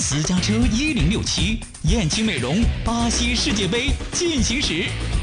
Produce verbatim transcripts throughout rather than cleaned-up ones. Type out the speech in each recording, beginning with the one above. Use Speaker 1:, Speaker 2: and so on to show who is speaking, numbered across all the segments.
Speaker 1: 私家车一零六七，燕青美容巴西世界杯进行时。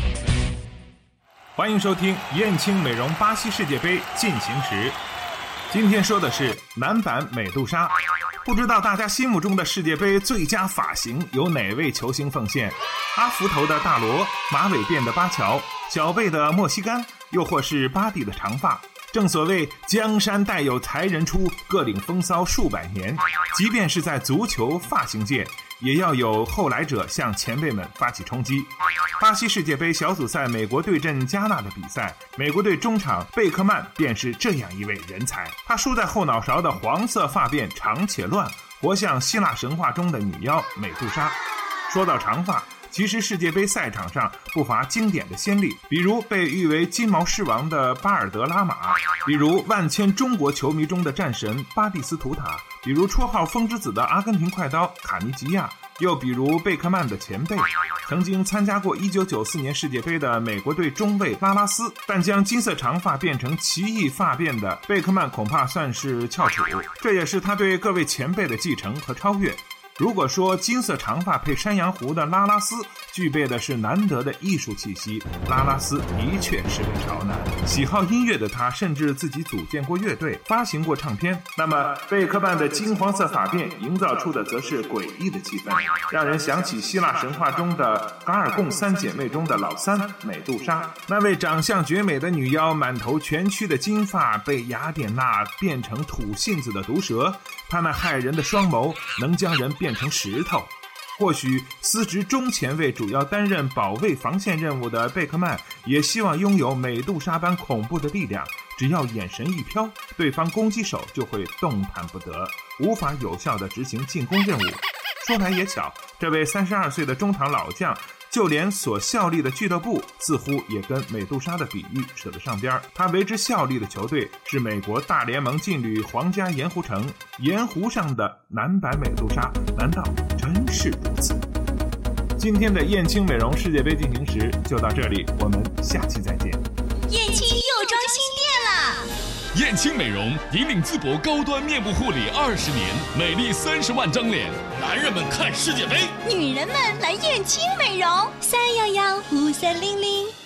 Speaker 2: 欢迎收听燕青美容巴西世界杯进行时。今天说的是男版美杜莎。不知道大家心目中的世界杯最佳发型由哪位球星奉献？阿福头的大罗，马尾辫的巴乔，小贝的莫西干，又或是巴蒂的长发？正所谓江山代有才人出，各领风骚数百年。即便是在足球发型界，也要有后来者向前辈们发起冲击。巴西世界杯小组赛美国对阵加纳的比赛，美国队中场贝克曼便是这样一位人才。他梳在后脑勺的黄色发辫长且乱，活像希腊神话中的女妖美杜莎。说到长发，其实世界杯赛场上不乏经典的先例，比如被誉为金毛狮王的巴尔德拉马，比如万千中国球迷中的战神巴蒂斯图塔，比如绰号风之子的阿根廷快刀卡尼吉亚，又比如贝克曼的前辈，曾经参加过一九九四年世界杯的美国队中卫拉拉斯，但将金色长发变成奇异发辫的贝克曼恐怕算是翘楚，这也是他对各位前辈的继承和超越。如果说金色长发配山羊胡的拉拉斯具备的是难得的艺术气息，拉拉斯的确是位潮男。喜好音乐的他甚至自己组建过乐队，发行过唱片。那么贝克曼的金黄色发辫营造出的则是诡异的气氛，让人想起希腊神话中的嘎尔贡三姐妹中的老三美杜莎。那位长相绝美的女妖，满头全曲的金发被雅典娜变成土信子的毒蛇，她那骇人的双眸能将人变成石头。或许司职中前卫，主要担任保卫防线任务的贝克曼也希望拥有美杜莎般恐怖的力量，只要眼神一飘，对方攻击手就会动弹不得，无法有效地执行进攻任务。说来也巧，这位三十二岁的中场老将，就连所效力的俱乐部似乎也跟美杜莎的比喻扯得上边。他为之效力的球队是美国大联盟劲旅皇家盐湖城，盐湖上的男版美杜莎，难道真是如此？今天的燕青美容世界杯进行时就到这里，我们下期再见。
Speaker 3: 燕青又装新店了。
Speaker 4: 燕青美容引领淄博高端面部护理二十年，美丽三十万张脸。男人们看世界杯，
Speaker 3: 女人们来燕青美容。三幺幺五三零零。